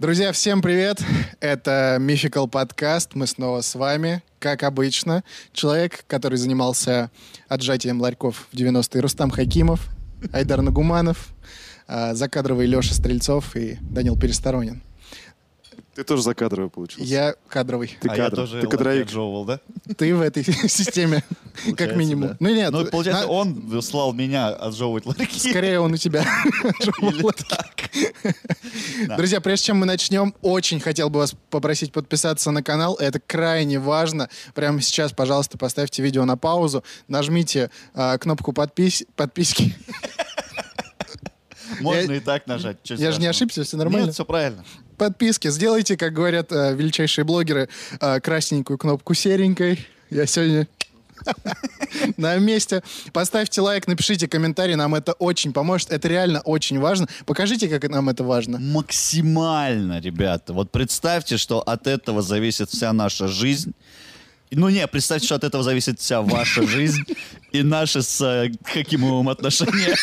Друзья, всем привет! Это Mythical Podcast. Мы снова с вами, как обычно. Человек, который занимался отжатием ларьков в 90-е, Рустам Хакимов, Айдар Нагуманов, закадровый Леша Стрельцов и Данил Пересторонин. Ты тоже закадровый получился. Я кадровый. Ты я тоже кадровик. отжевывал, да? Ты в этой системе, как минимум. Да. Ну нет, Ну, получается, он слал меня отжевывать ларьки. скорее он у тебя. Или так. Да. Друзья, прежде чем мы начнем, очень хотел бы вас попросить подписаться на канал. Это крайне важно. Прямо сейчас, пожалуйста, поставьте видео на паузу, нажмите кнопку подписки. Можно и так нажать. Я же не ошибся, все нормально? Нет, все правильно. Подписки. Сделайте, как говорят величайшие блогеры, красненькую кнопку серенькой. Я сегодня на месте. Поставьте лайк, напишите комментарий, нам это очень поможет. Это реально очень важно. Покажите, как нам это важно. Максимально, ребята. Вот представьте, что от этого зависит вся наша жизнь. Ну не, представьте, что от этого зависит вся ваша жизнь и наши с Хакимовым отношения.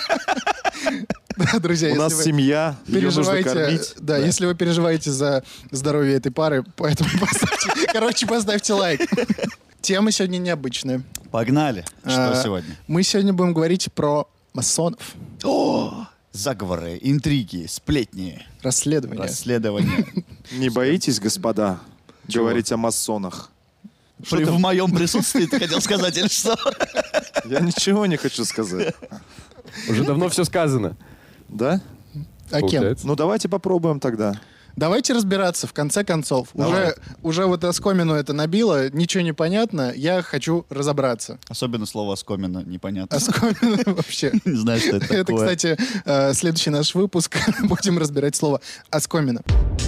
Да, друзья, У нас семья, ее нужно кормить. Да, если вы переживаете за здоровье этой пары, поэтому поставьте лайк. Тема сегодня необычная. Погнали. Что сегодня? Мы сегодня будем говорить про масонов. О, заговоры, интриги, сплетни, Расследование. Не боитесь, господа, говорить о масонах? В моем присутствии ты хотел сказать или что? Я ничего не хочу сказать. Уже давно все сказано. Да? А кем? Ну давайте попробуем тогда. Давайте разбираться, в конце концов. Уже вот оскомину это набило, ничего не понятно, я хочу разобраться. Особенно слово оскомина непонятно. Оскомину вообще. Не знаю, что это такое. Это, кстати, следующий наш выпуск. Будем разбирать слово оскомина.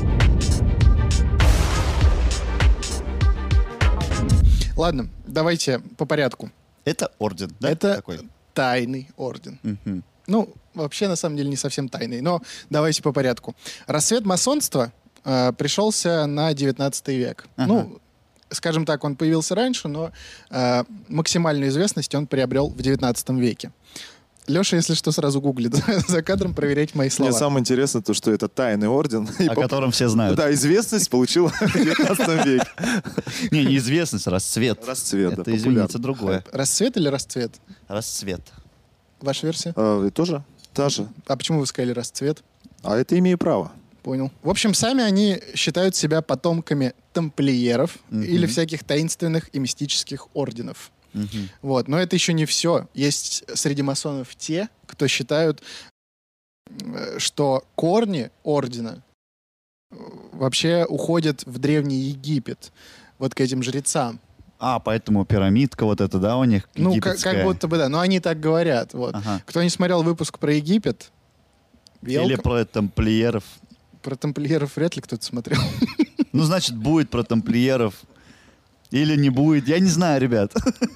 Ладно, давайте по порядку. Это орден, да? Это Такой? тайный орден. Мгм. Ну, вообще, на самом деле, не совсем тайный, но давайте по порядку. Расцвет масонства пришелся на 19 век. Ага. Ну, скажем так, он появился раньше, но максимальную известность он приобрел в 19 веке. Леша, если что, сразу гуглит за кадром, проверять мои слова. Мне самое интересное то, что это тайный орден. О котором все знают. Да, известность получила в 19 веке. Не известность, расцвет. Расцвет, да, Это, извините, популярно. другое. Расцвет или расцвет? Расцвет. Ваша версия? Тоже? Та же. А почему вы сказали расцвет? А это имею право. Понял. В общем, сами они считают себя потомками тамплиеров или всяких таинственных и мистических орденов. Мгм. Вот. Но это еще не все. Есть среди масонов те, кто считают, что корни ордена вообще уходят в Древний Египет. Вот к этим жрецам. Поэтому пирамидка вот эта, да, у них Ну, египетская. как будто бы, да. Но они так говорят. Вот. Ага. Кто не смотрел выпуск про Египет, Или про тамплиеров. про тамплиеров вряд ли кто-то смотрел. Ну, значит, будет про тамплиеров. Или не будет. Я не знаю, ребят.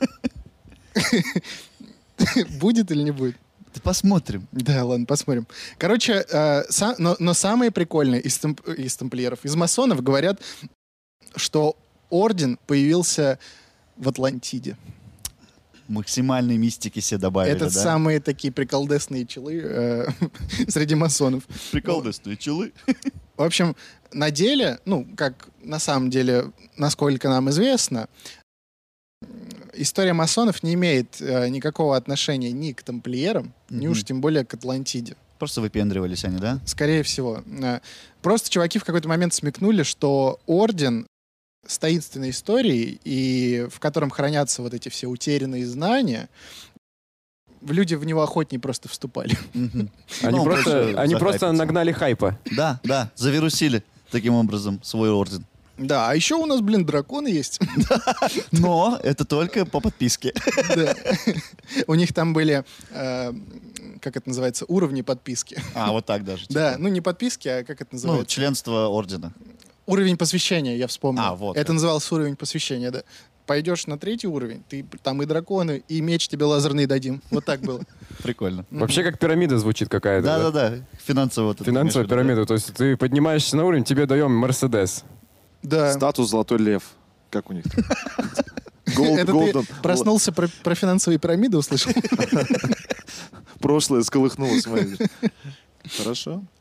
Будет или не будет? Да посмотрим. Да, ладно, посмотрим. Короче, но самые прикольные из тамплиеров, из масонов говорят, что орден появился в Атлантиде. Максимальной мистики себе добавили, Это да? самые такие приколдесные челы среди масонов. Приколдесные челы. В общем, на деле, ну, как на самом деле, насколько нам известно, история масонов не имеет никакого отношения ни к тамплиерам, ни уж тем более к Атлантиде. Просто выпендривались они, да? Скорее всего. Просто чуваки в какой-то момент смекнули, что орден с таинственной историей, и в котором хранятся вот эти все утерянные знания, люди в него охотнее просто вступали. Мгм. Они Ну, просто захайпиться. нагнали хайпа. Да, завирусили таким образом свой орден. Да, а еще у нас, драконы есть. Но это только по подписке. Да. У них там были, как это называется, уровни подписки. Вот так даже. типа. Да, ну не подписки, а как это Ну, называется? членство ордена. Уровень посвящения, я вспомнил. Вот Это как. назывался уровень посвящения, да. Пойдешь на 3-й уровень, ты там и драконы, и меч тебе лазерный дадим. Вот так было. Прикольно. Вообще как пирамида звучит какая-то. Да. Финансовая вот эта, Финансовая имеешь в виду, да? пирамида. То есть ты поднимаешься на уровень, тебе даем Мерседес. Да. Статус «Золотой лев». Как у них? Это ты Голден. проснулся про финансовые пирамиды услышал? Прошлое сколыхнулось. Смотри. Хорошо.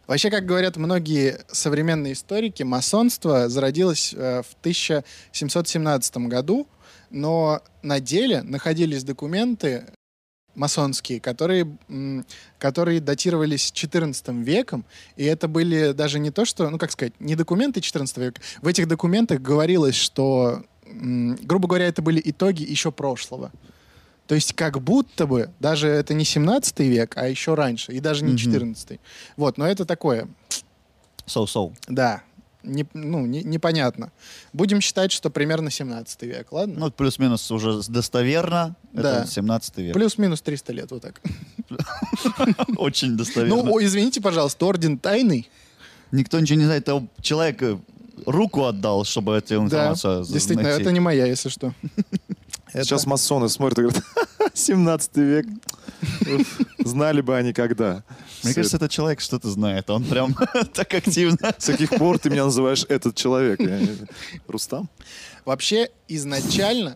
Вообще, как говорят многие современные историки, масонство зародилось в 1717 году, но на деле находились документы масонские, которые датировались XIV веком, и это были даже не то, что, ну, как сказать, не документы XIV века. В этих документах говорилось, что, грубо говоря, это были итоги еще прошлого. То есть как будто бы даже это не 17 век, а еще раньше, и даже не 14. Вот, но это такое, So-so. да, непонятно. Будем считать, что примерно 17 век, ладно? Ну, плюс-минус уже достоверно. Да. Это 17 век. Плюс-минус 300 лет, вот так. Очень достоверно. Ну, извините, пожалуйста, орден тайный. Никто ничего не знает. Того человека руку отдал, чтобы эту Да, информацию действительно, найти. это не моя, если что. Сейчас масоны смотрят и говорят, 17 век. Уф, знали бы они когда. Мне кажется, этот человек что-то знает. Он прям так активно. С каких пор ты меня называешь этот человек? Рустам? Вообще, изначально...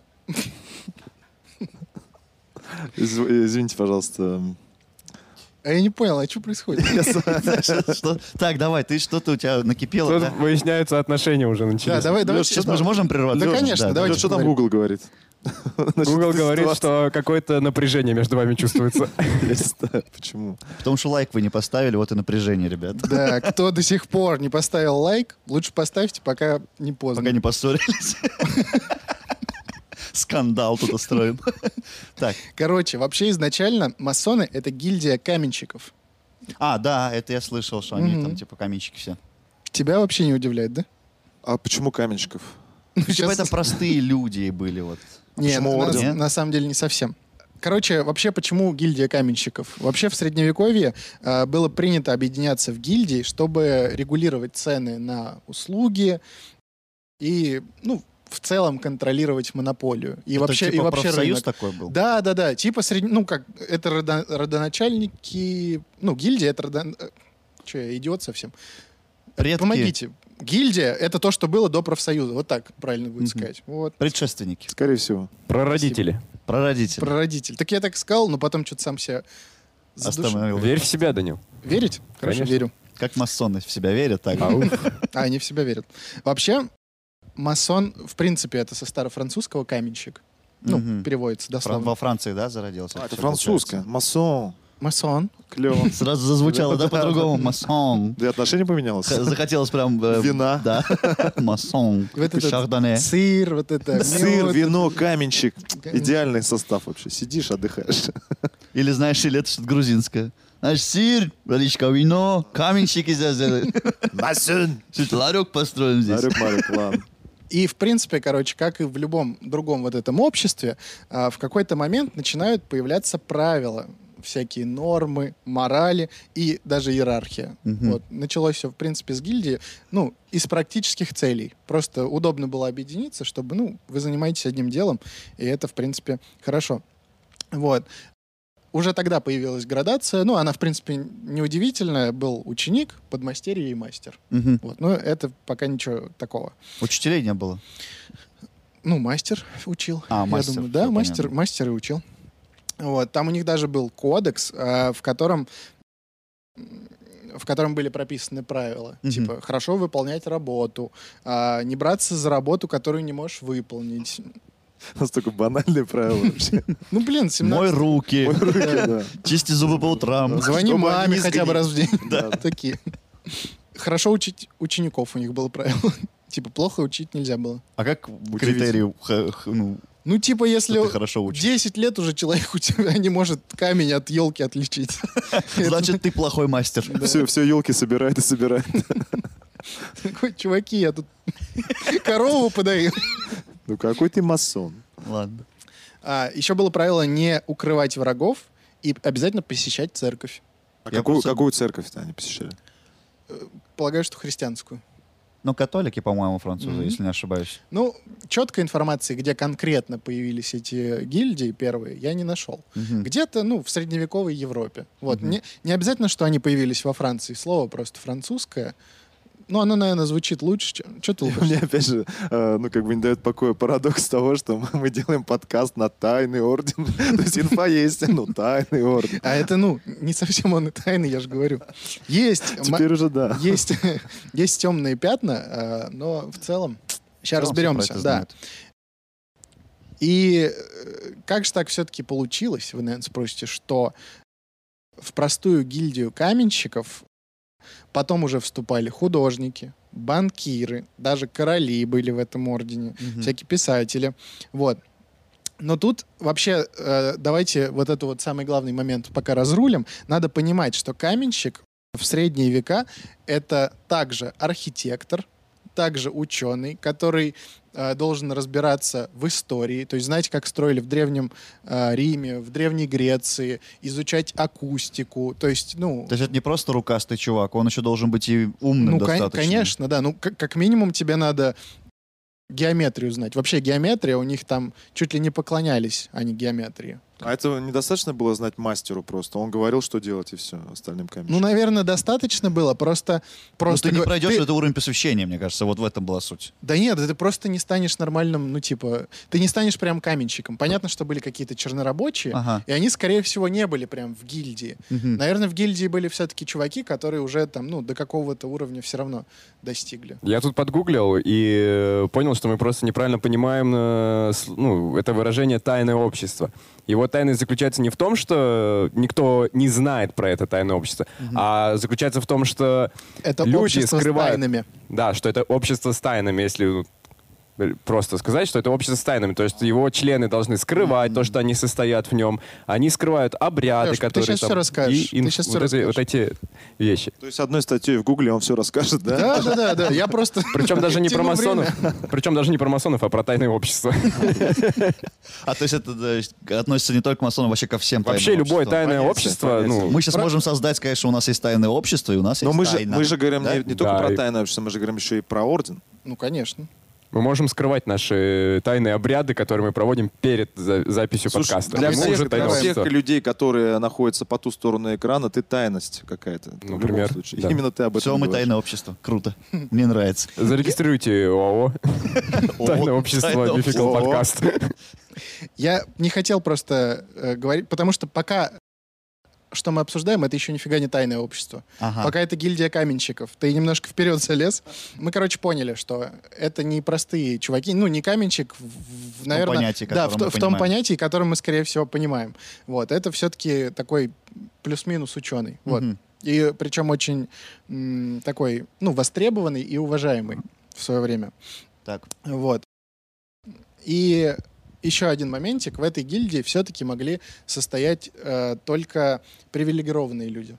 Извините, пожалуйста. А я не понял, а что происходит? Так, давай, ты что-то у тебя накипело, Тут да? выясняются отношения уже Да, начались. давай. Сейчас мы же можем прервать? Да, конечно, давайте. Что там поговорим. Google говорит? Google говорит, что какое-то напряжение между вами чувствуется. Почему? Потому что лайк вы не поставили, вот и напряжение, ребят. Да, кто до сих пор не поставил лайк, лучше поставьте, пока не поздно. Пока не поссорились. Скандал тут устроим. Так. Короче, вообще изначально масоны — это гильдия каменщиков. Да, это я слышал, что они там типа каменщики все. Тебя вообще не удивляет, да? А почему Каменщиков? Типа Сейчас- это простые люди были вот. Нет, почему на, орден? на самом деле не совсем. Короче, вообще, почему гильдия каменщиков? Вообще в Средневековье было принято объединяться в гильдии, чтобы регулировать цены на услуги и, ну, в целом контролировать монополию. И Это вообще, типа и вообще профсоюз рынок. такой был? Да. Типа, ну, как, это родоначальники... Ну, гильдия — это Че, я идиот совсем? Предки, Помогите. Гильдия — это то, что было до профсоюза. Вот так правильно будет сказать. Вот. предшественники, Скорее всего. Прародители. прародители. Прародитель. Так я так сказал, но потом что-то сам себя задушил. Остановил. Верь в себя, Данил. Верить? Хорошо, Конечно. верю. Как масоны в себя верят, так. Они в себя верят. Вообще, масон, в принципе, это со старофранцузского каменщик. Ну, Мгм. переводится дословно. Во Франции, да, зародился? Это Всё французское. Масон. Масон. Клево. получается. Сразу зазвучало, да, по-другому? Масон. Да и отношение поменялось. Захотелось прям... Вина. Да. Масон. Вот этот Шардоне. сыр, вот это. Сыр, мёд. вино, каменщик. Каменщик. Идеальный состав вообще. Сидишь, отдыхаешь. Или, знаешь, или это что-то грузинское. Знаешь, сыр, водичка, вино, каменщики здесь сделали. Масон. Чуть ларек построим здесь. Марик, ладно. И, в принципе, короче, как и в любом другом вот этом обществе, в какой-то момент начинают появляться правила, всякие нормы, морали и даже иерархия. Вот. Началось все, в принципе, с гильдии, ну, из практических целей. Просто удобно было объединиться, чтобы, ну, вы занимаетесь одним делом, и это, в принципе, хорошо. Вот. Уже тогда появилась градация, ну, она, в принципе, неудивительная. Был ученик, подмастерье и мастер. Мгм. Вот. Но это пока ничего такого. Учителей не было. Ну, мастер учил. А, я мастер, думаю, всё да, мастер, понятно. мастер и учил. Вот. Там у них даже был кодекс, в котором были прописаны правила. Мгм. Типа, хорошо выполнять работу, не браться за работу, которую не можешь выполнить. Настолько банальные правила вообще. Ну, блин, 17... Мой руки, Да. чисти зубы по утрам. Звони Чтобы они маме не хотя бы сгнили. раз в день. Да. Такие. Хорошо учить учеников у них было правило. Типа, плохо учить нельзя было. А как критерий, ну, Ну, типа, если что ты хорошо учишь? 10 лет уже человек у тебя не может камень от елки отличить. Значит, ты плохой мастер. Все елки собирает и собирает. Такой, чуваки, я тут корову подаю. Ну какой ты масон? Ладно. Еще было правило не укрывать врагов и обязательно посещать церковь. А Я какую, просто- какую церковь-то они посещали? Полагаю, что христианскую. Ну, католики, по-моему, французы, Мгм. если не ошибаюсь. Ну, четкой информации, где конкретно появились эти гильдии первые, я не нашел. Мгм. Где-то, ну, в средневековой Европе. Вот. Не обязательно, что они появились во Франции. Слово просто французское. Ну, оно, наверное, звучит лучше. Что ты лупишь? Мне, опять же, не дает покоя парадокс того, что мы делаем подкаст на тайный орден. То есть инфа есть, тайный орден. А это, не совсем он и тайный, я же говорю. Теперь уже да. Есть темные пятна, но в целом... Сейчас разберемся, да. И как же так все-таки получилось, вы, наверное, спросите, что в простую гильдию каменщиков потом уже вступали художники, банкиры, даже короли были в этом ордене, всякие писатели. Вот. Но тут вообще, давайте вот это вот самый главный момент пока разрулим. Надо понимать, что каменщик в средние века — это также архитектор, также ученый, который должен разбираться в истории, то есть знать, как строили в Древнем Риме, в Древней Греции, изучать акустику, то есть, То есть это не просто рукастый чувак, он еще должен быть и умным достаточно. Конечно, да. Как минимум тебе надо геометрию знать. Вообще геометрия, у них там чуть ли не поклонялись они геометрии. А этого недостаточно было знать мастеру просто? Он говорил, что делать, и все, остальным каменщикам. Ну, наверное, достаточно было. Просто ты не пройдешь этот уровень посвящения, мне кажется. Вот в этом была суть. Да нет, ты просто не станешь нормальным, ты не станешь прям каменщиком. Понятно, что были какие-то чернорабочие, и они, скорее всего, не были прям в гильдии. Наверное, в гильдии были все-таки чуваки, которые уже там, до какого-то уровня все равно достигли. Я тут подгуглил и понял, что мы просто неправильно понимаем это выражение «тайное общество». Его тайность заключается не в том, что никто не знает про это тайное общество, а заключается в том, что это люди общество скрывают... с тайнами. Да, что это общество с тайнами, если просто сказать, что это общество с тайнами. То есть его члены должны скрывать то, что они состоят в нем. Они скрывают обряды, Леш, которые... ты сейчас все расскажешь. Вот эти вещи. То есть одной статьей в Гугле он все расскажет, да? Да. Я просто... Причем даже не про тяну масонов. время. Причем даже не про масонов, а про тайное общество. А то есть это относится не только к масонам, вообще ко всем тайным Вообще любое обществам. тайное Понятие, общество... понятие. Мы сейчас можем создать, конечно, у нас есть тайное общество, и у нас Но есть тайна. мы же говорим Да? не только Да, про и- тайное общество, мы же говорим еще и про орден. Ну, конечно. Мы можем скрывать наши тайные обряды, которые мы проводим перед записью Слушай, подкаста. для Мы всех, уже для тайное всех общество. людей, которые находятся по ту сторону экрана, ты тайность какая-то. В Например, любом случае. да. Именно ты об этом Все, мы говоришь. тайное общество. Круто. Мне нравится. Зарегистрируйте ОАО. Тайное общество Тайное Мификал общество. подкаст. Я не хотел просто говорить, потому что пока что мы обсуждаем, это еще нифига не тайное общество. Ага. Пока это гильдия каменщиков. Ты немножко вперед залез. Мы, поняли, что это не простые чуваки, не каменщик, наверное, понятии, да, которое мы в том понимаем. понятии, которое мы, скорее всего, понимаем. Вот, это все-таки такой плюс-минус ученый. Вот. И причем очень такой, востребованный и уважаемый в свое время. Так. Вот. И еще один моментик. В этой гильдии все-таки могли состоять только привилегированные люди.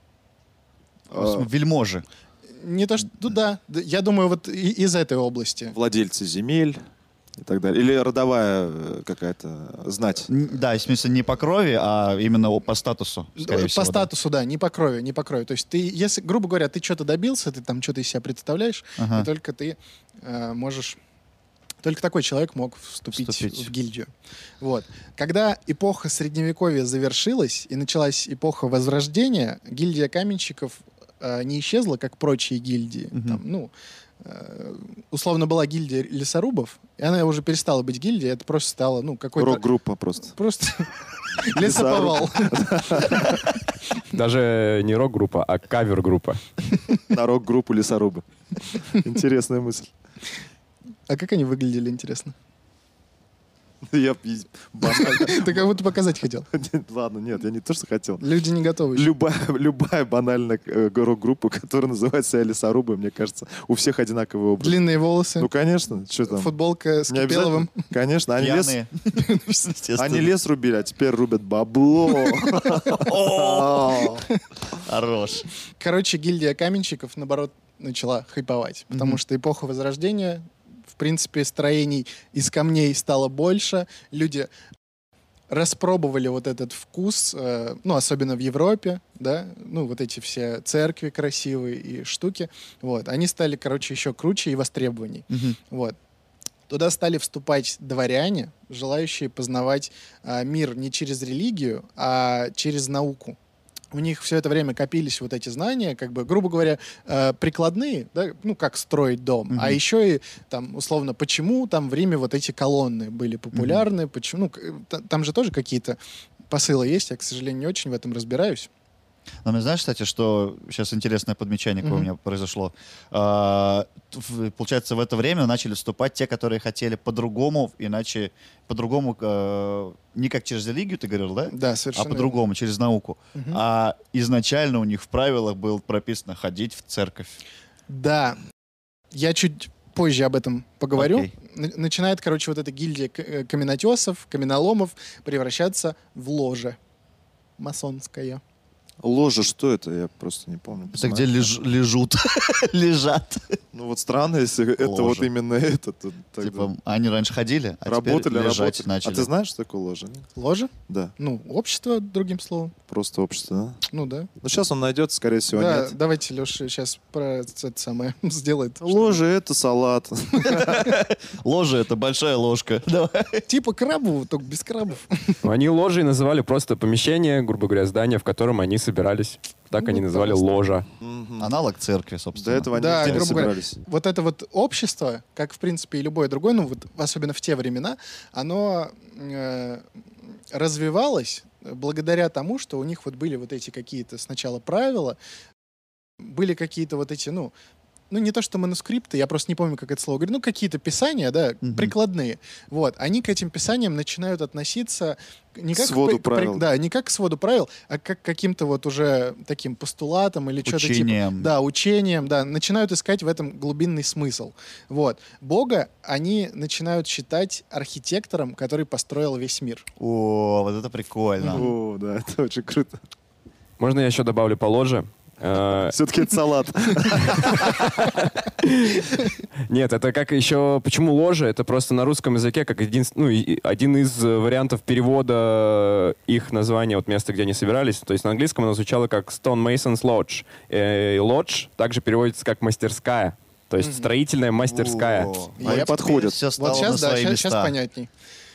Вельможи. Не то, что... да. Я думаю, вот из этой области. Владельцы земель и так далее. Или родовая какая-то знать. Да, в смысле не по крови, а именно по статусу, скорее По всего. да. статусу, да, не по крови, не по крови. То есть ты, если, грубо говоря, ты что-то добился, ты там что-то из себя представляешь, Ага. и только ты можешь... Только такой человек мог вступить в гильдию. Вот. Когда эпоха Средневековья завершилась и началась эпоха Возрождения, гильдия каменщиков не исчезла, как прочие гильдии. Там, условно была гильдия лесорубов, и она уже перестала быть гильдией, это просто стало, какой-то... Рок-группа просто. Просто лесоповал. Даже не рок-группа, а кавер-группа. На рок-группу лесорубы. Интересная мысль. А как они выглядели, интересно? Я банально. Ты как будто показать хотел. Ладно, нет, я не то, что хотел. Люди не готовы еще. Любая банальная рок-группа, которая называется лесорубы, мне кажется, у всех одинаковый образ. Длинные волосы, Ну, конечно, что там? футболка с Не Кипеловым. обязательно. Конечно, они Пьяные. Естественно. они лес рубили, а теперь рубят бабло. Хорош. Короче, гильдия каменщиков, наоборот, начала хайповать. Потому что эпоха Возрождения, в принципе, строений из камней стало больше. Люди распробовали вот этот вкус, особенно в Европе, да, вот эти все церкви красивые и штуки. Вот. Они стали, еще круче и востребованней. Вот. Туда стали вступать дворяне, желающие познавать мир не через религию, а через науку. у них все это время копились вот эти знания, как бы, грубо говоря, прикладные, да, ну, как строить дом, а еще и, там, условно, почему там в Риме вот эти колонны были популярны, почему, ну, там же тоже какие-то посылы есть, я, к сожалению, не очень в этом разбираюсь. Но знаешь, кстати, что сейчас интересное подмечание, какое у меня произошло. Получается, в это время начали вступать те, которые хотели по-другому, иначе по-другому, не как через религию, ты говорил, да? Да, А совершенно. по-другому, через науку. А изначально у них в правилах было прописано ходить в церковь. Да, я чуть позже об этом поговорю. Окей. Начинает, короче, вот эта гильдия каменотесов, каменоломов превращаться в ложе масонское. Ложа, что это? Я просто не помню. Это где лежат. Ну вот странно, если это Ложа. вот именно это. То тогда Типа, они раньше ходили, а работали, теперь лежать работали. начали. А ты знаешь, что такое ложа? Нет? Ложе? Да. Ну, общество, другим словом. Просто общество, да? Ну да. Ну сейчас он найдется, скорее всего, Да, нет. давайте Леша сейчас про это самое сделает. Ложа — это салат. Ложа — это большая ложка. Давай. Типа крабу, только без крабов. Ну, они ложей называли просто помещение, грубо говоря, здание, в котором они собирались. Так они называли ложа. Аналог церкви, До собственно. этого они Да, нигде не грубо говоря, собирались. вот это вот общество, как, в принципе, и любое другое, ну, вот особенно в те времена, оно развивалось благодаря тому, что у них вот были вот эти какие-то сначала правила, были какие-то вот эти, ну, не то что манускрипты, я просто не помню, как это слово говорю, ну, какие-то писания, да, прикладные. Вот, они к этим писаниям начинают относиться не как своду правил. да, не как к своду правил, а как к каким-то вот уже таким постулатам или что-то типа. Учением. Да, учением, да, начинают искать в этом глубинный смысл. Вот. Бога они начинают считать архитектором, который построил весь мир. О, вот это прикольно. О, да, это очень круто. Можно я еще добавлю по ложе? Все-таки это салат. Нет, это как еще... Почему ложа? Это просто на русском языке как один из вариантов перевода их названия, вот места, где они собирались. То есть на английском оно звучало как Stone Mason's Lodge. И lodge также переводится как мастерская. То есть строительная мастерская. О, Они подходят. Все стало Вот сейчас, на да, свои сейчас места. понятней.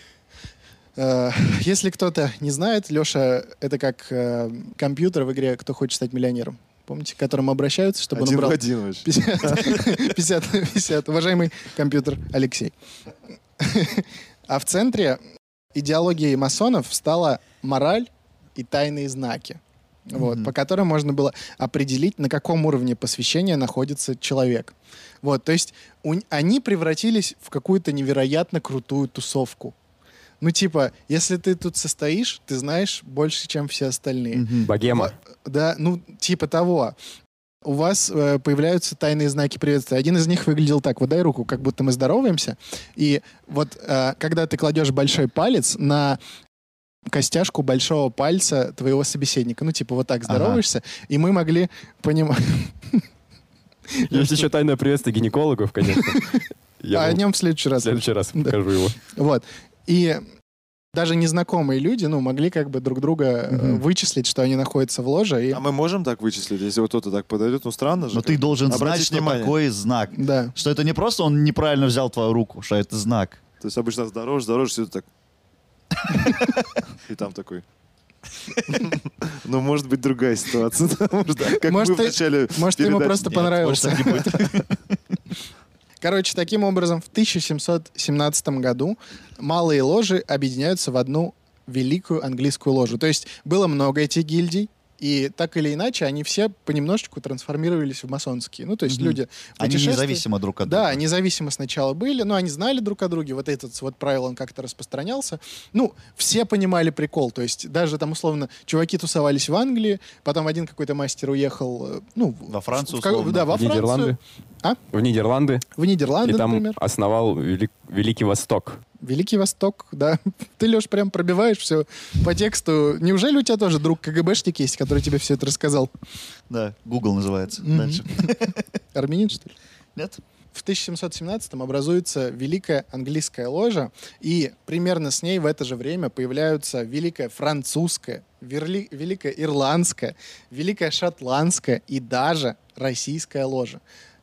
Если кто-то не знает, Леша — это как компьютер в игре «Кто хочет стать миллионером». Помните, к которому обращаются, чтобы он Один в убрал один вообще. 50. Уважаемый компьютер Алексей. А в центре идеологии масонов стала мораль и тайные знаки, вот, по которым можно было определить, на каком уровне посвящения находится человек. Вот, то есть они превратились в какую-то невероятно крутую тусовку. Ну, типа, если ты тут состоишь, ты знаешь больше, чем все остальные. Богема. Да, ну, типа того. У вас появляются тайные знаки приветствия. Один из них выглядел так: вот дай руку, как будто мы здороваемся. И вот когда ты кладешь большой палец на костяшку большого пальца твоего собеседника, ну, типа вот так здороваешься, и мы могли понимать... Есть еще тайное приветствие гинекологов, конечно. А о нем в следующий раз. В следующий раз Да. покажу его. Вот. И даже незнакомые люди, ну, могли как бы друг друга вычислить, что они находятся в ложе. И... А мы можем так вычислить, если вот кто-то так подойдет? Ну, странно же. Но ты должен знать, Обратить что внимание. такое знак. Да. Что это не просто он неправильно взял твою руку, что это знак. То есть обычно здороваешь, все так. И там такой. Ну, может быть, другая ситуация. Как мы Может, вначале может, ему передачи. просто Нет, понравился. больше так не будет. Короче, таким образом, в 1717 году малые ложи объединяются в одну великую английскую ложу. То есть было много этих гильдий, и так или иначе они все понемножечку трансформировались в масонские. Ну, то есть люди Они путешествуют. независимо друг от друга. Да, независимо сначала были, но они знали друг о друге. Вот этот вот правило, он как-то распространялся. Ну, все понимали прикол. То есть даже там, условно, чуваки тусовались в Англии, потом один какой-то мастер уехал, ну... Во Францию, в условно. да, во В Нидерланды. А? В Нидерланды. В Нидерланды, И там например. основал Великий Восток. Великий Восток, да. Ты, Леш, прям пробиваешь все по тексту. Неужели у тебя тоже друг КГБшник есть, который тебе все это рассказал? Да, Google называется. Дальше. Армянин, что ли? Нет? В 1717-м образуется Великая английская ложа, и примерно с ней в это же время появляются Великая французская, Великая ирландская, Великая шотландская и даже российская ложа.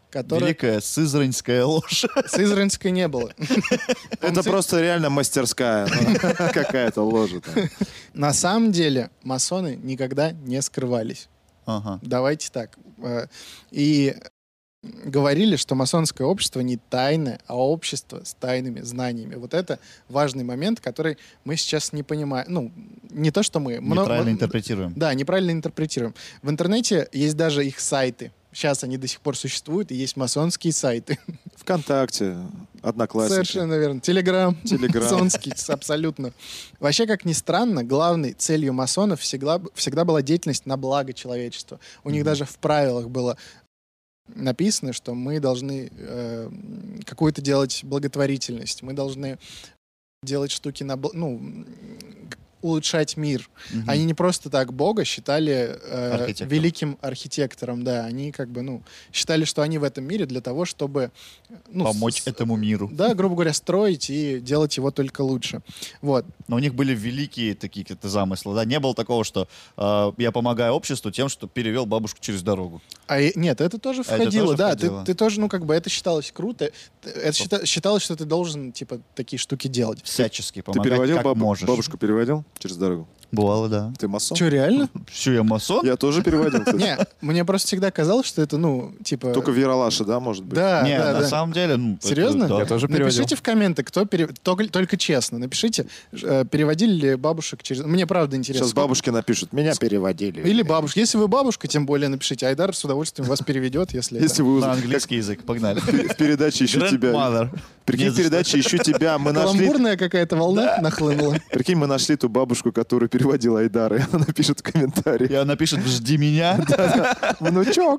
которая... Великая сызранская ложь. Сызранской не было. Это просто реально мастерская какая-то ложа. На самом деле масоны никогда не скрывались. Ага. Давайте так. И говорили, что масонское общество не тайное, а общество с тайными знаниями. Вот это важный момент, который мы сейчас не понимаем. Ну, не то, что мы... Неправильно интерпретируем. Да, неправильно интерпретируем. В интернете есть даже их сайты. Сейчас они до сих пор существуют, и есть масонские сайты. ВКонтакте, Одноклассники. Совершенно верно. Телеграм. Телеграм. Масонский, абсолютно. Вообще, как ни странно, главной целью масонов всегда была деятельность на благо человечества. У них даже в правилах было написано, что мы должны какую-то делать благотворительность, мы должны делать штуки на... улучшать мир. Они не просто так Бога считали великим архитектором, да, они как бы, считали, что они в этом мире для того, чтобы... помочь этому миру. Да, грубо говоря, строить и делать его только лучше. Вот. Но у них были великие такие какие-то замыслы, да? Не было такого, что я помогаю обществу тем, что перевел бабушку через дорогу. Нет, это тоже входило, да. Ты тоже, это считалось круто. Это считалось, что ты должен, такие штуки делать. Всячески Ты помогать, переводил как можешь. бабушку переводил через дорогу? Бывало, да. Ты масон? Что, реально? Все, я масон? Я тоже переводил. кстати. Не, мне просто всегда казалось, что это, Только в Яралаше, да, может быть? Да, Не, да, на да. самом деле... Серьезно? да. Я тоже переводил. Напишите в комменты, кто только честно. Напишите, переводили ли бабушек через... Мне правда интересно. Сейчас бабушки напишут, меня переводили. Или бабушка. Если вы бабушка, тем более напишите. Айдар с удовольствием вас переведет, если Если это... вы На английский язык, погнали. в передаче «Ищу тебя». Grandmother. Прикинь, Не в за что. передаче «Ищу тебя» мы нашли... Каламбурная какая-то волна нахлынула. Прикинь, мы нашли ту бабушку, которую переводила Айдар, и она напишет в комментарии. И она пишет «Жди меня». Внучок.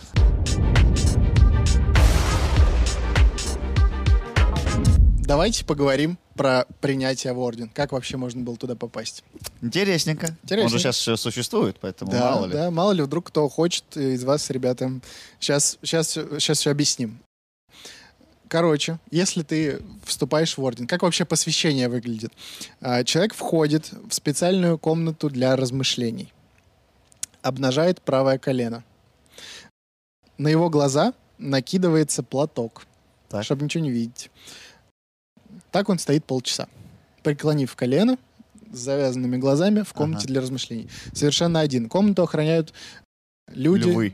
Давайте поговорим про принятие в орден. Как вообще можно было туда попасть? Интересненько. Интересненько. Он же сейчас еще существует, поэтому Да, мало ли. да, мало ли вдруг кто хочет из вас, ребята. Сейчас все объясним. Короче, если ты вступаешь в орден, как вообще посвящение выглядит? Человек входит в специальную комнату для размышлений, обнажает правое колено. На его глаза накидывается платок, Так. чтобы ничего не видеть. Так он стоит полчаса, преклонив колено, с завязанными глазами в комнате для размышлений. Совершенно один. Комнату охраняют люди... Львы.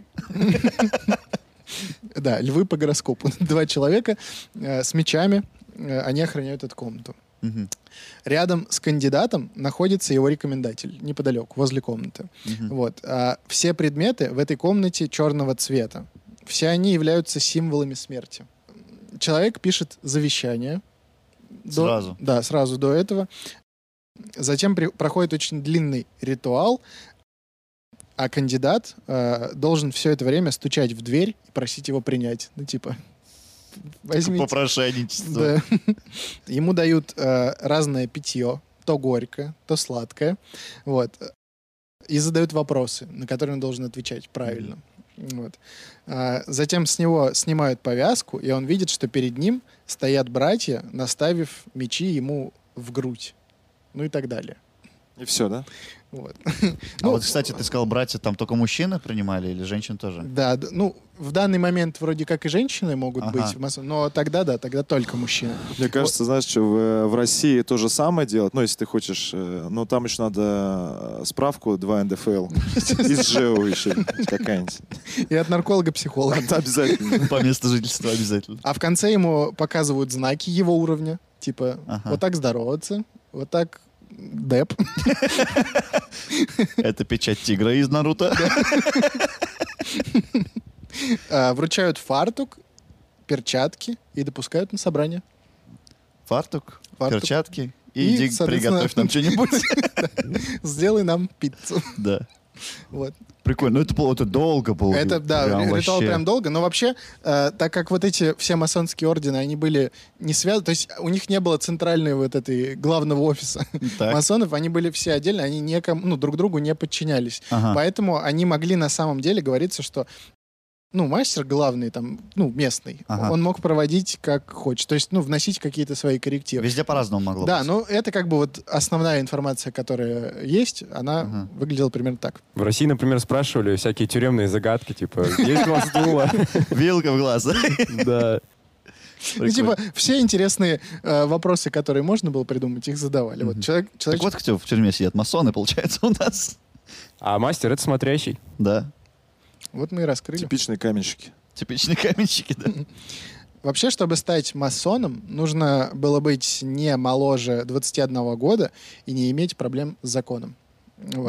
Да, львы по гороскопу. 2 человека с мечами, они охраняют эту комнату. Мгм. Рядом с кандидатом находится его рекомендатель, неподалеку, возле комнаты. Вот. Все предметы в этой комнате черного цвета. Все они являются символами смерти. Человек пишет завещание. Сразу? Да, сразу до этого. Затем проходит очень длинный ритуал, а кандидат должен все это время стучать в дверь и просить его принять. Возьмите. Попрошайничество. Да. Ему дают разное питье, то горькое, то сладкое. Вот. И задают вопросы, на которые он должен отвечать правильно. Вот. Затем с него снимают повязку, и он видит, что перед ним стоят братья, наставив мечи ему в грудь. Ну и так далее. И все, да? Вот. А вот, кстати, ты сказал, братья там только мужчины принимали или женщин тоже? Да, в данный момент вроде как и женщины могут быть, но тогда только мужчины. Мне кажется, знаешь, что в России то же самое делать. Если ты хочешь, но там еще надо справку 2 НДФЛ. Из ЖЭУ еще какая-нибудь. И от нарколога-психолога. Это обязательно. По месту жительства обязательно. А в конце ему показывают знаки его уровня. Вот так здороваться, вот так деп. Это печать тигра из Наруто. Вручают фартук, перчатки и допускают на собрание. Фартук, Фартук. перчатки. И, И иди соответственно, приготовь нам что-нибудь. Сделай нам пиццу. Да. Вот. Прикольно. Это долго было. Это, да, Прям ритуал вообще. прям долго, но вообще, так как вот эти все масонские ордены, они были не связаны, то есть у них не было центральной вот этой главного офиса Так. масонов, они были все отдельно, они друг другу не подчинялись. Ага. Поэтому они могли на самом деле говориться, что мастер главный, там, местный, Ага. он мог проводить как хочет. То есть, вносить какие-то свои коррективы. Везде по-разному могло Да, быть. но это как бы вот основная информация, которая есть, она выглядела примерно так. В России, например, спрашивали всякие тюремные загадки, типа, есть у вас дуло? Вилка в глаз. Да. Типа, все интересные вопросы, которые можно было придумать, их задавали. Вот человек... Так вот, кто в тюрьме сидят, масоны, получается, у нас. А мастер — это смотрящий. Да. Вот мы и раскрыли. Типичные каменщики. Типичные каменщики, да. Вообще, чтобы стать масоном, нужно было быть не моложе 21 года и не иметь проблем с законом. Вот.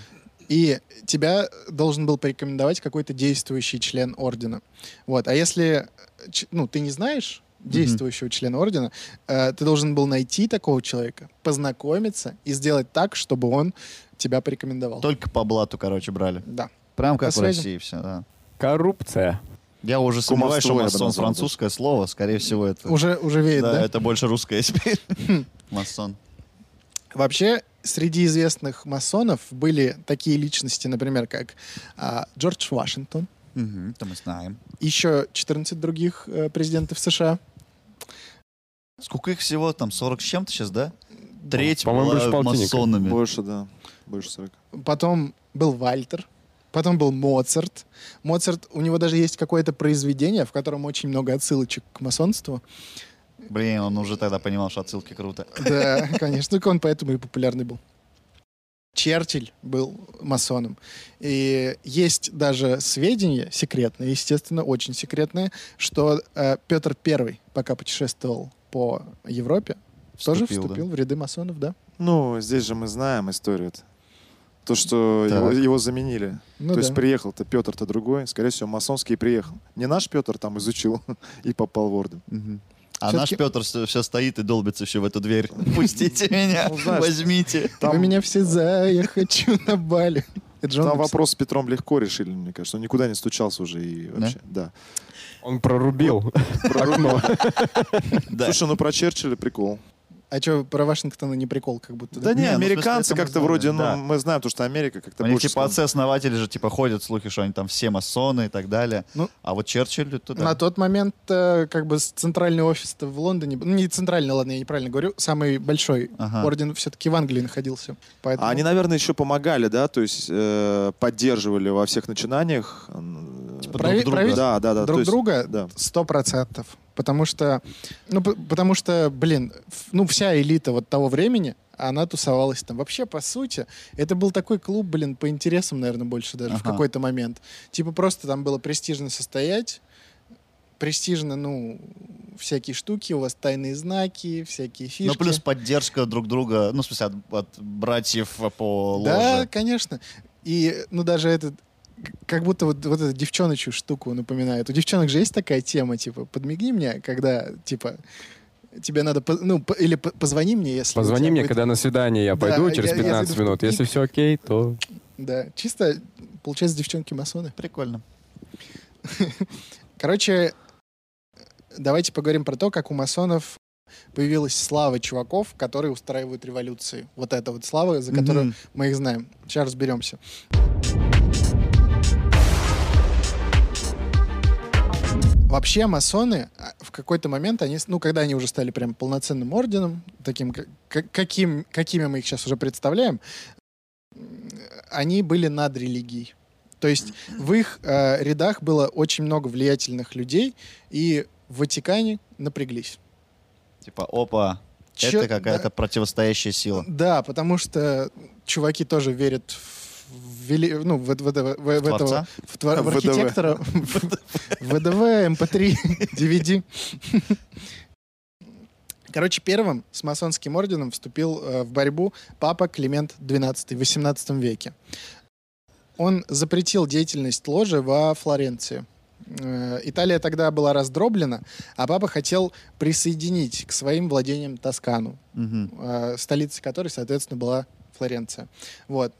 И тебя должен был порекомендовать какой-то действующий член ордена. Вот. А если ты не знаешь действующего члена ордена, ты должен был найти такого человека, познакомиться и сделать так, чтобы он тебя порекомендовал. Только по блату, короче, брали. Да. Прям как По в связи. России все, да. Коррупция. Я уже сомневаюсь, что я бы масон назвал французское слово, скорее всего, это... Уже веет, Да, да? это больше русское теперь. Масон. Вообще, среди известных масонов были такие личности, например, как Джордж Вашингтон, Это мы знаем. еще 14 других президентов США. Сколько их всего? Там 40 с чем-то сейчас, да? Треть По-моему, больше была полтинника. масонами. Больше, да. Больше 40. Потом был Вальтер, потом был Моцарт. Моцарт, у него даже есть какое-то произведение, в котором очень много отсылочек к масонству. Блин, он уже тогда понимал, что отсылки круто. Да, конечно, только он поэтому и популярный был. Черчилль был масоном. И есть даже сведения секретные, естественно, очень секретные, что Петр I, пока путешествовал по Европе, тоже Вступил, вступил в ряды масонов, да? Ну, здесь же мы знаем историю. То, что Так. его заменили. Ну То есть да. приехал-то Петр-то другой. Скорее всего, масонский приехал. Не наш Петр там изучил и попал в орден. А наш Всё-таки- Петр все стоит и долбится еще в эту дверь. Пустите меня, Ну, знаешь, возьмите. Вы меня все за, я хочу на Бали. Это же он Там написал. вопрос с Петром легко решили, мне кажется. Он никуда не стучался уже и вообще. Да. Он прорубил окно. Да. Слушай, ну про Черчилля прикол. А что, про Вашингтона не прикол, как будто, Да да? не, Не, ну, в смысле, американцы это мы как-то знаем, вроде, да. мы знаем, то, что Америка как-то У них больше... типа отцы-основатели же типа ходят слухи, что они там все масоны и так далее. Ну, А вот Черчилль это да. На тот момент как бы центральный офис в Лондоне, не центральный, ладно, я неправильно говорю, самый большой Ага. орден все-таки в Англии находился. Поэтому... А они, наверное, еще помогали, да, то есть поддерживали во всех начинаниях. Типа Прави- друг друга. править Да, да, да. друг то есть- друга да. 100%. Потому что, блин, вся элита вот того времени, она тусовалась там. Вообще, по сути, это был такой клуб, блин, по интересам, наверное, больше даже в Ага. какой-то момент. Типа просто там было престижно состоять, престижно, всякие штуки, у вас тайные знаки, всякие фишки. Ну, плюс поддержка друг друга, ну, в смысле, от братьев по Да, ложе. конечно. И, даже этот, как будто вот эту девчоночью штуку напоминает. У девчонок же есть такая тема, типа, подмигни мне, когда, типа, тебе надо, или позвони мне, если... у Позвони тебя мне, будет- когда на свидание я пойду Да, через я 15 зайду в минут. тупик. Если все окей, то... Да, чисто, получается, девчонки-масоны. Прикольно. Короче, давайте поговорим про то, как у масонов появилась слава чуваков, которые устраивают революции. Вот это вот слава, за которую Мгм. мы их знаем. Сейчас разберемся. Вообще масоны в какой-то момент, когда они уже стали прям полноценным орденом, таким, какими мы их сейчас уже представляем, они были над религией. То есть в их рядах было очень много влиятельных людей, и в Ватикане напряглись. Типа, опа, Чё- это какая-то да. противостоящая сила. Да, потому что чуваки тоже верят в этого, Творца? в архитектора, ВДВ, МП3, DVD. Короче, первым с масонским орденом вступил в борьбу папа Климент XII в XVIII веке. Он запретил деятельность ложи во Флоренции. Италия тогда была раздроблена, а папа хотел присоединить к своим владениям Тоскану, столицей которой, соответственно, была Флоренция. Вот.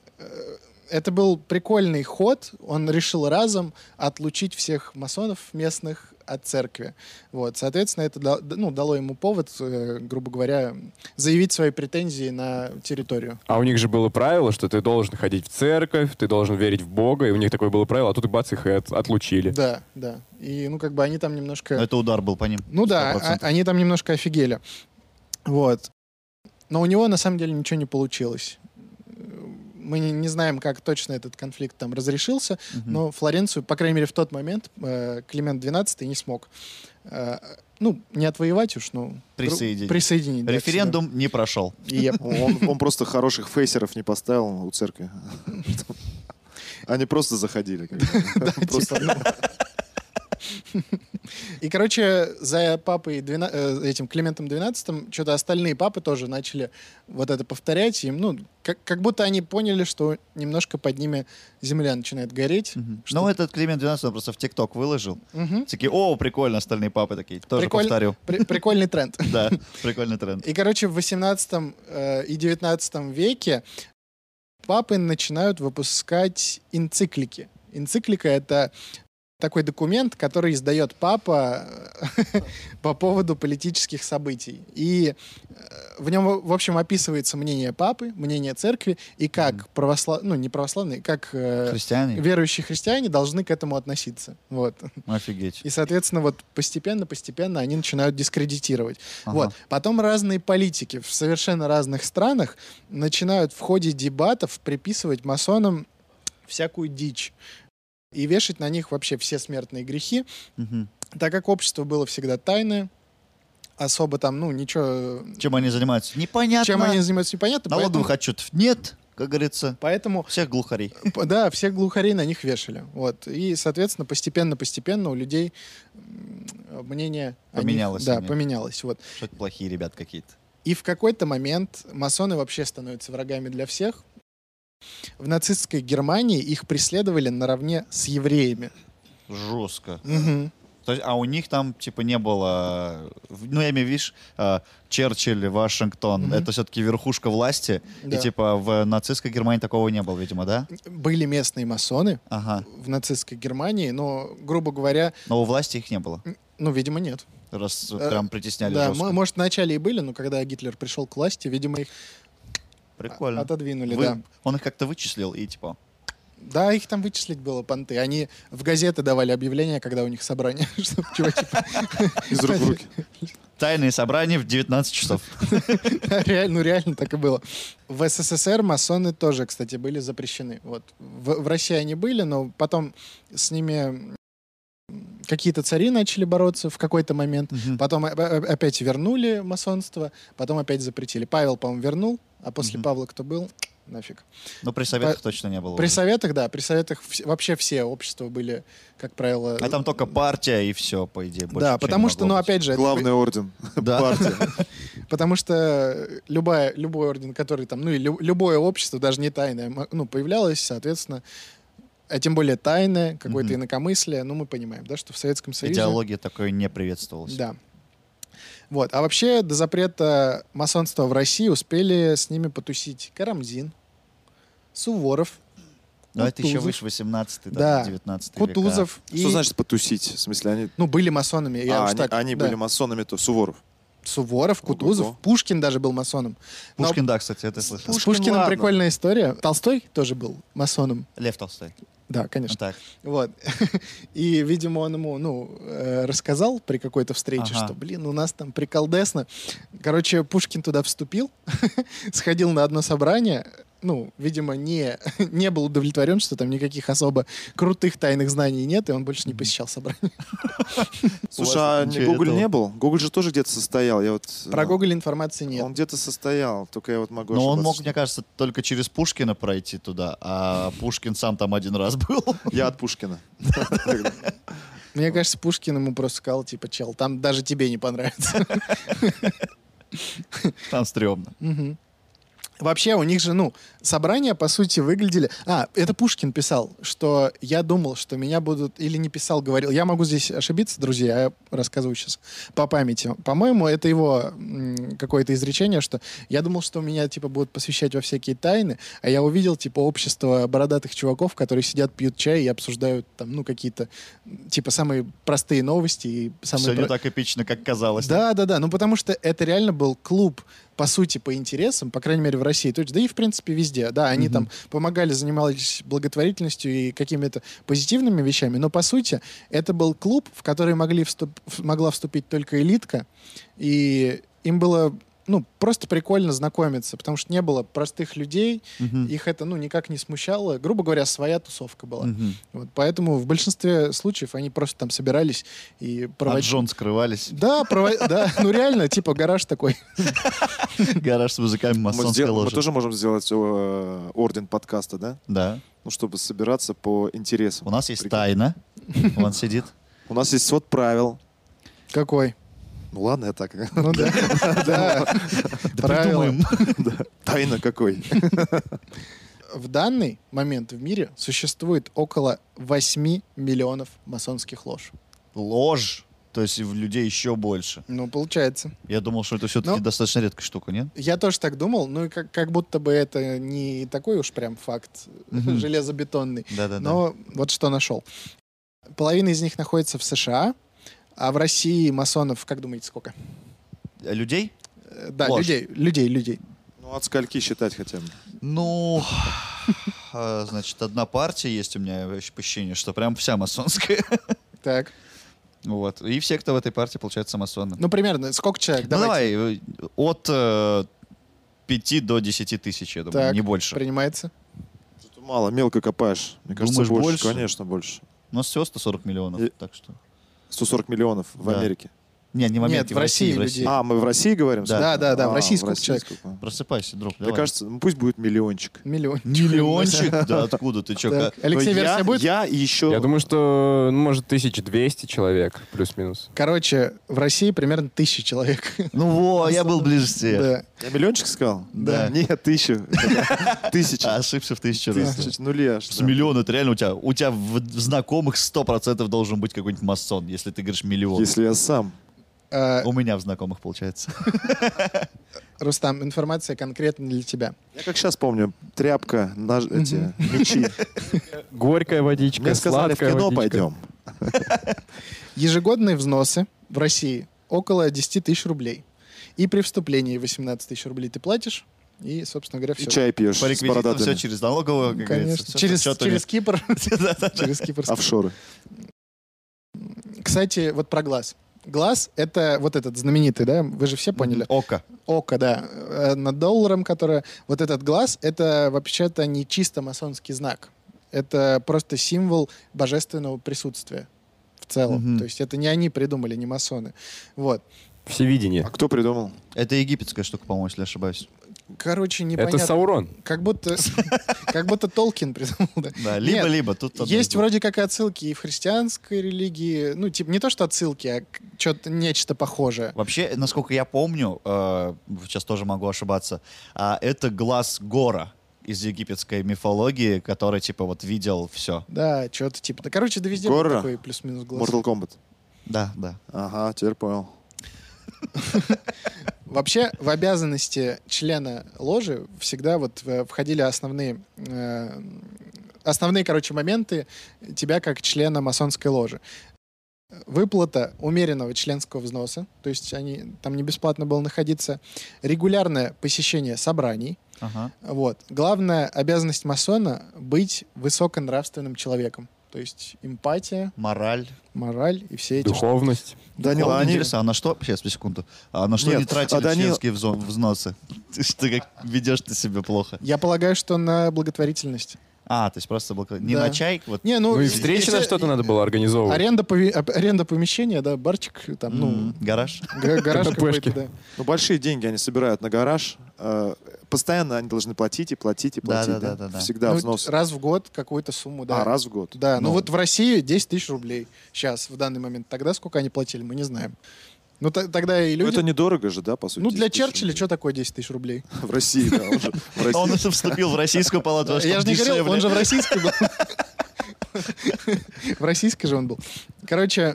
Это был прикольный ход. Он решил разом отлучить всех масонов местных от церкви. Вот, соответственно, это дало ему повод, грубо говоря, заявить свои претензии на территорию. А у них же было правило, что ты должен ходить в церковь, ты должен верить в Бога, и у них такое было правило, а тут бац, их и отлучили. Да, да. И, как бы они там немножко... Это удар был по ним. Ну да, 100%. они там немножко офигели. Вот. Но у него, на самом деле, ничего не получилось. Мы не знаем, как точно этот конфликт там разрешился, но Флоренцию, по крайней мере, в тот момент Климент XII не смог. Не отвоевать уж, но присоединить. Да, Референдум не прошел. Он просто хороших фейсеров не поставил у церкви. Они просто заходили. И, короче, за папой этим Климентом XII что-то остальные папы тоже начали вот это повторять. Им, как будто они поняли, что немножко под ними земля начинает гореть. Ну, этот Климент XII он просто в ТикТок выложил. Такие, о, прикольно, остальные папы такие. Тоже повторю. Прикольный тренд. Да, прикольный тренд. И, короче, в 18 и 19 веке папы начинают выпускать энциклики. Энциклика — это такой документ, который издает папа по поводу политических событий. И в нем, в общем, описывается мнение папы, мнение церкви, и как не православные, как верующие христиане должны к этому относиться. Вот. Офигеть. И, соответственно, вот постепенно они начинают дискредитировать. Вот. Потом разные политики в совершенно разных странах начинают в ходе дебатов приписывать масонам всякую дичь и вешать на них вообще все смертные грехи, так как общество было всегда тайное, особо там, ничего... Чем они занимаются? Непонятно. Непонятно. Налоговых отчетов нет, как говорится. Поэтому... Всех глухарей. Да, всех глухарей на них вешали. Вот. И, соответственно, постепенно у людей мнение... Поменялось. Поменялось. Вот. Что это плохие ребят какие-то. И в какой-то момент масоны вообще становятся врагами для всех. В нацистской Германии их преследовали наравне с евреями. Жестко. То есть, а у них там, не было... я имею в виду, Черчилль, Вашингтон, это все-таки верхушка власти, да. И, в нацистской Германии такого не было, видимо, да? Были местные масоны в нацистской Германии, но, грубо говоря... Но у власти их не было? Видимо, нет. Раз прям притесняли да, жестко. Может, вначале и были, но когда Гитлер пришел к власти, видимо, их прикольно. Отодвинули, да. Он их как-то вычислил и Да, их там вычислить было понты. Они в газеты давали объявления, когда у них собрание. Из рук в руки. Тайные собрания в 19 часов. Реально так и было. В СССР масоны тоже, кстати, были запрещены. Вот. В России они были, но потом с ними какие-то цари начали бороться в какой-то момент. Потом опять вернули масонство, потом опять запретили. Павел, по-моему, вернул, а после Павла кто был? Нафиг. Но при советах точно не было. При советах, да. При советах вообще все общества были, как правило... А там только партия и все, по идее. Да, потому что, опять же... Главный орден. Партия. Потому что любой орден, который там... любое общество, даже не тайное, появлялось, соответственно... А тем более тайное, какое-то инакомыслие. Мы понимаем, да, что в Советском Союзе... Идеология такой не приветствовалась. Да. Вот. А вообще до запрета масонства в России успели с ними потусить Карамзин, Суворов, Но это еще выше 18-й, да, 19 века. Кутузов. Что значит потусить? В смысле, они... были масонами. Они были масонами, то Суворов. Суворов, Кутузов, Пушкин даже был масоном. Пушкин, да, кстати, это слышал. С Пушкиным прикольная история. Толстой тоже был масоном. Лев Толстой. Да, конечно. Так. Вот. И, видимо, он ему, рассказал при какой-то встрече, что, у нас там приколдесно. Короче, Пушкин туда вступил, сходил на одно собрание, видимо, не был удовлетворен, что там никаких особо крутых тайных знаний нет, и он больше не посещал собрание. Слушай, а Гоголь не был? Гоголь же тоже где-то состоял. Про Гоголя информации нет. Он где-то состоял, только я могу ошибаться. Но он мог, мне кажется, только через Пушкина пройти туда, а Пушкин сам там один раз был. Я от Пушкина. Мне кажется, Пушкин ему просто сказал, чел, там даже тебе не понравится. Там стрёмно. Вообще у них же, собрания, по сути, выглядели... Это Пушкин писал, что я думал, что меня будут... Или не писал, говорил. Я могу здесь ошибиться, друзья, я рассказываю сейчас по памяти. По-моему, это его какое-то изречение, что я думал, что меня, будут посвящать во всякие тайны, а я увидел, общество бородатых чуваков, которые сидят, пьют чай и обсуждают там, какие-то, самые простые новости. И самые Все не так эпично, как казалось. Да. Потому что это реально был клуб, по сути, по интересам, по крайней мере, в России, то есть, да и, в принципе, везде. Да, они там помогали, занимались благотворительностью и какими-то позитивными вещами, но, по сути, это был клуб, в который могла вступить только элитка, и им было... просто прикольно знакомиться, потому что не было простых людей, их это, никак не смущало. Грубо говоря, своя тусовка была. Вот, поэтому в большинстве случаев они просто там собирались и От жен скрывались. Да, реально, гараж такой. Гараж с музыками масонской Мы ложи. тоже можем сделать орден подкаста, да? Да. Чтобы собираться по интересам. У нас есть тайна. Он сидит. У нас есть свод правил. Какой? Ну ладно, я так. Ну да. Да. Правило. Придумаем. Тайна какой? В данный момент в мире существует около 8 миллионов масонских лож. Ложь. То есть в людей еще больше. Получается. Я думал, что это все-таки достаточно редкая штука, нет? Я тоже так думал, и как будто бы это не такой уж прям факт железобетонный. Да-да-да. Но вот что нашел. Половина из них находится в США, а в России масонов, как думаете, сколько? Людей? Да, Ложь. людей. Ну, от скольки считать хотя бы? Значит, одна партия есть у меня ощущение, что прям вся масонская. Так. Вот. И все, кто в этой партии, получается, масоны. Примерно, сколько человек? Давай, от 5 до 10 тысяч, я думаю, Так, не больше. Принимается. Тут мало, мелко копаешь. Мне кажется, Думаешь, больше. больше? Конечно, больше. У нас всего 140 миллионов, так что... 140 миллионов в Да. Америке. Не в Америке, Нет, в России людей. Мы в России говорим? Да. Да, в России сколько человек? Просыпайся, друг. Мне давай. кажется, пусть будет миллиончик. Миллиончик. Да откуда ты, чё? Так, Алексей, Но версия будет? Я еще... Я думаю, что, может, 1200 человек, плюс-минус. Короче, в России примерно 1000 человек. Я был ближе всех. Да. Я миллиончик сказал? Да. Нет, 1000. 1000. Ошибся в 1000 раз. 1000. Нули аж. С миллион, это реально у тебя в знакомых 100% должен быть какой-нибудь масон, если ты говоришь миллион. Если я сам. У меня в знакомых получается. Рустам, информация конкретно для тебя. Я как сейчас помню. Тряпка, эти мечи. Горькая водичка, Мне сказали, в сладкая кино водичка. пойдем. Ежегодные взносы в России около 10 тысяч рублей. И при вступлении 18 тысяч рублей ты платишь. И, собственно говоря, И все. чай пьешь По с реквизитам все бородатыми. через налоговую, как Конечно. говорится. Всё Через, с отчетами. через Кипр. Через Кипр. Офшоры. Кстати, вот про глаз. Глаз — это вот этот знаменитый, да? Вы же все поняли? Око. Око, да. Над долларом, которое... Вот этот глаз — это вообще-то не чисто масонский знак. Это просто символ божественного присутствия в целом. То есть это не они придумали, не масоны. Вот. Всевидение. А кто придумал? Это египетская штука, по-моему, если не ошибаюсь. Короче, непонятно. Это Саурон. Как будто Толкин придумал, да? Да, Нет, либо тут одно есть из двух. вроде как отсылки и в христианской религии. Не то, что отсылки, а что-то нечто похожее. Вообще, насколько я помню, сейчас тоже могу ошибаться, это глаз Гора из египетской мифологии, который, видел все. Да, что-то типа. Да, короче, да везде был Гора? такой плюс-минус глаз. Mortal Kombat. Да. Ага, теперь понял. Вообще, в обязанности члена ложи всегда входили основные, моменты тебя как члена масонской ложи. Выплата умеренного членского взноса, то есть там не бесплатно было находиться, регулярное посещение собраний. Ага. Вот. Главная обязанность масона — быть высоконравственным человеком. То есть эмпатия, Мораль. мораль и все эти Духовность. Данил, О, они... интересно, а на что? Сейчас, секунду. А на что Нет, не тратили Данил- членские взносы? Ты как ведешь ты себя плохо. Я полагаю, что на благотворительность. То есть просто не Да. на чай? Вот. Не, Ну и встречи на что-то надо было организовывать. Аренда помещения, да, барчик, там, Гараж? гараж КПшки. какой-то, да. большие деньги они собирают на гараж. Постоянно они должны платить и платить и платить. Да. Всегда Ну, взнос. раз в год какую-то сумму, да. Раз в год. Да, ну вот в России 10 тысяч рублей сейчас, в данный момент. Тогда сколько они платили, мы не знаем. Ну, тогда и Ну, люди... это недорого же, да, по сути? Ну, для 10 тысяч Черчилля что такое 10 тысяч рублей? В России, да. Он же в России. Он уже вступил в российскую палату, Я же не говорил, он же в российской был. В российской же он был. Короче,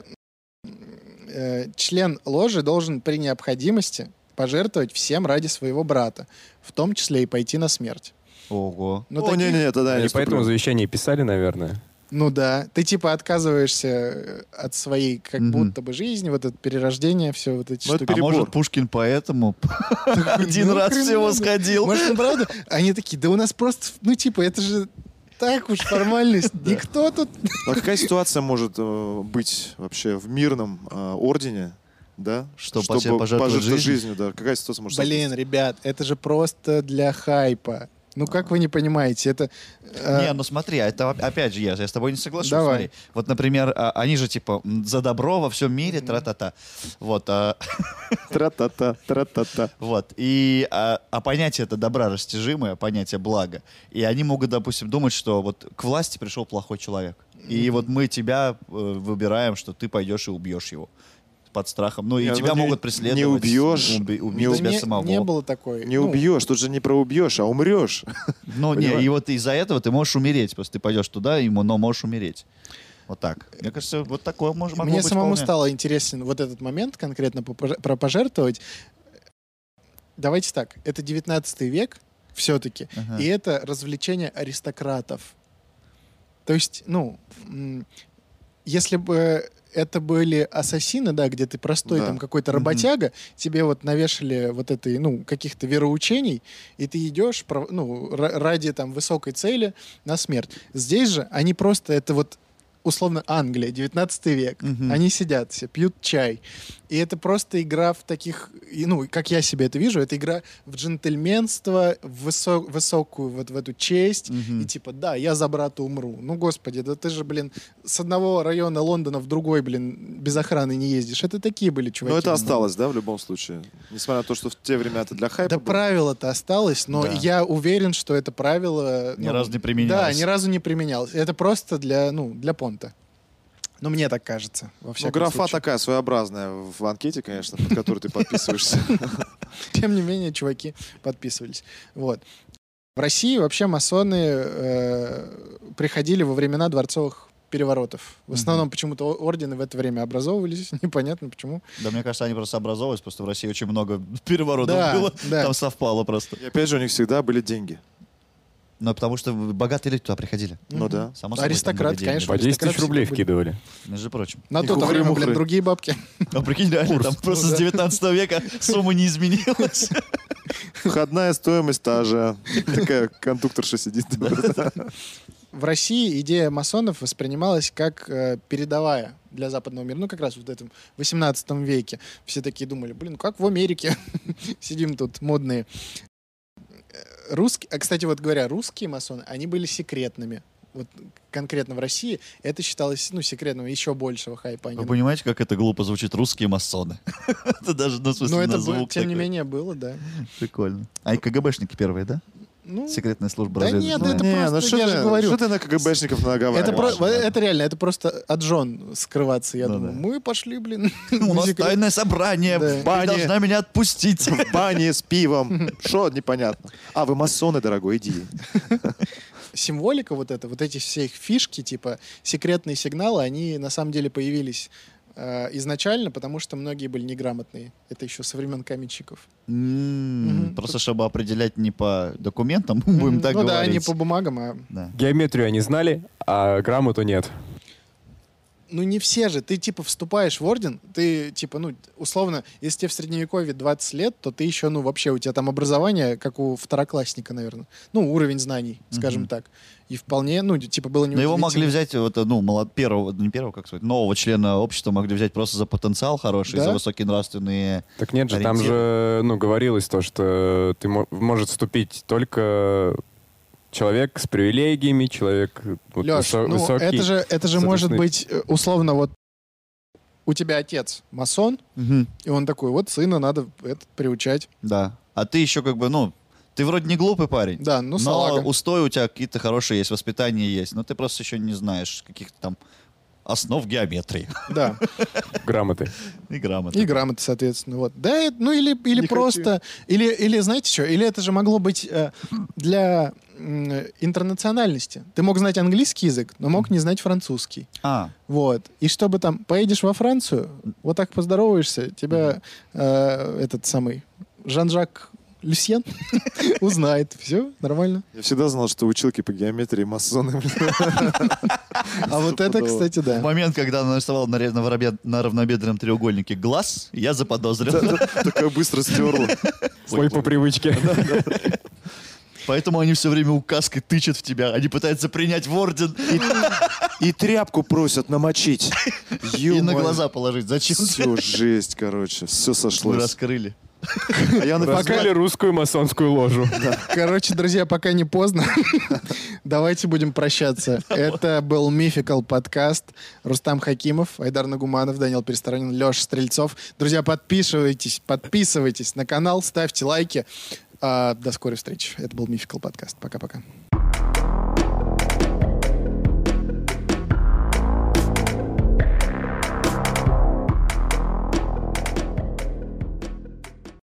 член ложи должен при необходимости пожертвовать всем ради своего брата, в том числе и пойти на смерть. Ого. Ну, О, таких- не-не, тогда я Они не поэтому вступлю. завещание писали, наверное. Ну да, ты типа отказываешься от своей как будто бы жизни, вот это перерождение, все вот эти Ну, это штуки. А перебор. может, Пушкин поэтому один Ну, раз хрен всего надо. сходил? Может, он правда? Они такие, да у нас просто, ну типа, это же так уж формальность. Никто тут... А какая ситуация может быть вообще в мирном ордене, да? Что, чтобы пожертвовать жизнью? жизнью, да? Какая ситуация может Блин, ребят, это же просто для хайпа. Ну как вы не понимаете, это... Не, ну смотри, это опять же я с тобой не соглашусь. Давай. Смотри. Вот, например, они же типа за добро во всем мире, тра-та-та. Вот, Тра-та-та, тра-та-та. вот. И понятие это добра растяжимое, понятие блага. И они могут, допустим, думать, что вот к власти пришел плохой человек. И вот мы тебя выбираем, что ты пойдешь и убьешь его под страхом. Ну, и Не, тебя ну, могут преследовать. не убьешь, Убить не тебя не, самого. не было такой. Не ну, убьешь, тут же не проубьешь, а умрешь. Ну, не, Понимаешь? и вот из-за этого ты можешь умереть. Просто ты пойдешь туда, но можешь умереть. Вот так. Мне кажется, вот такое могло Мне быть самому вполне. стало интересен вот этот момент конкретно про пожертвовать. Давайте так, это 19 век все-таки, Ага. и это развлечение аристократов. То есть, ну, если бы это были ассасины, да, где ты простой Да. там какой-то работяга, тебе вот навешали вот этой, ну, каких-то вероучений, и ты идешь, ну, ради там высокой цели на смерть. Здесь же они просто, это вот условно Англия, 19 век. Мгм. Они сидят все, пьют чай. И это просто игра в таких, ну, как я себе это вижу, это игра в джентльменство, в высокую вот в эту честь. Мгм. И типа, да, я за брата умру. Ну, господи, да ты же, блин, с одного района Лондона в другой, блин, без охраны не ездишь. Это такие были чуваки. Но это осталось, да, в любом случае? Несмотря на то, что в те времена это для хайпа Да, было. правило-то осталось, но Да. я уверен, что это правило... Ни разу не применялось. Да, ни разу не применялось. Это просто для, ну, для понта. Ну, мне так кажется, во Ну, всяком графа случае. такая своеобразная в анкете, конечно, под которую ты подписываешься. Тем не менее, чуваки подписывались. Вот. В России вообще масоны приходили во времена дворцовых переворотов. В основном почему-то ордены в это время образовывались. Непонятно почему. Да, мне кажется, они просто образовывались, просто в России очень много переворотов Да, было. да. Там совпало просто. И опять же, у них всегда были деньги. Ну, потому что богатые люди туда приходили. Ну да. Само собой, Аристократы, там были деньги. конечно. По 10 тысяч аристократы рублей всегда были. вкидывали. Между прочим. На И то время, хухры-мухры. блин, другие бабки. А прикинь, реально, там просто Ну с да. 19 века сумма не изменилась. Входная стоимость та же. Такая кондукторша сидит. В России идея масонов воспринималась как передовая для западного мира. Ну, как раз вот в этом 18 веке. Все такие думали, блин, как в Америке. Сидим тут модные. Русские, кстати, вот говоря, русские масоны, они были секретными. Вот конкретно в России это считалось, ну, секретным, еще большего хайпа. Вы понимаете, как это глупо звучит? Русские масоны. Это даже, ну, в смысле, Но на это, звук тем не такой. менее, было, да. Прикольно. А и КГБшники первые, да? Ну, Секретная служба да разведки. нет, Ну, это Не, просто, ну что я же говорю. Что ты на КГБшников наговариваешь? это реально, это просто от жен скрываться, я Ну думаю. да. Мы пошли, блин. У нас секрет- тайное собрание. Да. Вы Бане. должна меня отпустить. В бане с пивом. Что, непонятно. А, вы масоны, дорогой, иди. Символика вот эта, вот эти все их фишки, типа секретные сигналы, они на самом деле появились изначально, потому что многие были неграмотные. Это еще со времен каменщиков. Просто чтобы определять не по документам, будем так Ну да, говорить. не по бумагам, а... Да. Геометрию они знали, а грамоту нет. Ну не все же. Ты типа вступаешь в орден, ты типа, ну, условно, если тебе в средневековье 20 лет, то ты еще, ну, вообще у тебя там образование, как у второклассника, наверное. Ну, уровень знаний, скажем так. И вполне, ну, типа было Но его могли неудивительно. взять, вот, ну, первого, не первого, как сказать, нового члена общества могли взять просто за потенциал хороший, Да? за высокие нравственные... Так нет же, там Ориентир. же, ну, говорилось то, что ты может вступить только человек с привилегиями, человек вот, Лёш, ну, высокий. это же может соответственно, быть, условно, вот у тебя отец масон, и он такой, вот сына надо приучать. Да. А ты еще как бы, ну, ты вроде не глупый парень. Да, ну, но салага. устой у тебя какие-то хорошие есть, воспитание есть. Но ты просто еще не знаешь каких-то там основ геометрии. Да. Грамоты. И грамоты. И грамоты, соответственно. Вот. Да, ну или Не просто... Или знаете что? Или это же могло быть для интернациональности. Ты мог знать английский язык, но мог не знать французский. Вот. И чтобы там поедешь во Францию, вот так поздороваешься, тебя этот самый Жан-Жак Люсьен узнает. Все, нормально. Я всегда знал, что училки по геометрии масоны. А вот это, кстати, В да. момент, когда она нарисовала на равнобедренном треугольнике глаз, я заподозрил. Такая быстро стерла. Ой, по привычке. Поэтому они все время указкой тычут в тебя. Они пытаются принять в орден И тряпку просят намочить. и на глаза положить. Зачем? Все, жесть, короче. Все Мы сошлось. раскрыли. А я на Раскрыли русскую масонскую ложу. Короче, друзья, пока не поздно. Давайте будем прощаться. Это был Mythical подкаст. Рустам Хакимов, Айдар Нагуманов, Данил Пересторонин, Леша Стрельцов. Друзья, подписывайтесь на канал, ставьте лайки. До скорой встречи. Это был Mythical подкаст. Пока-пока.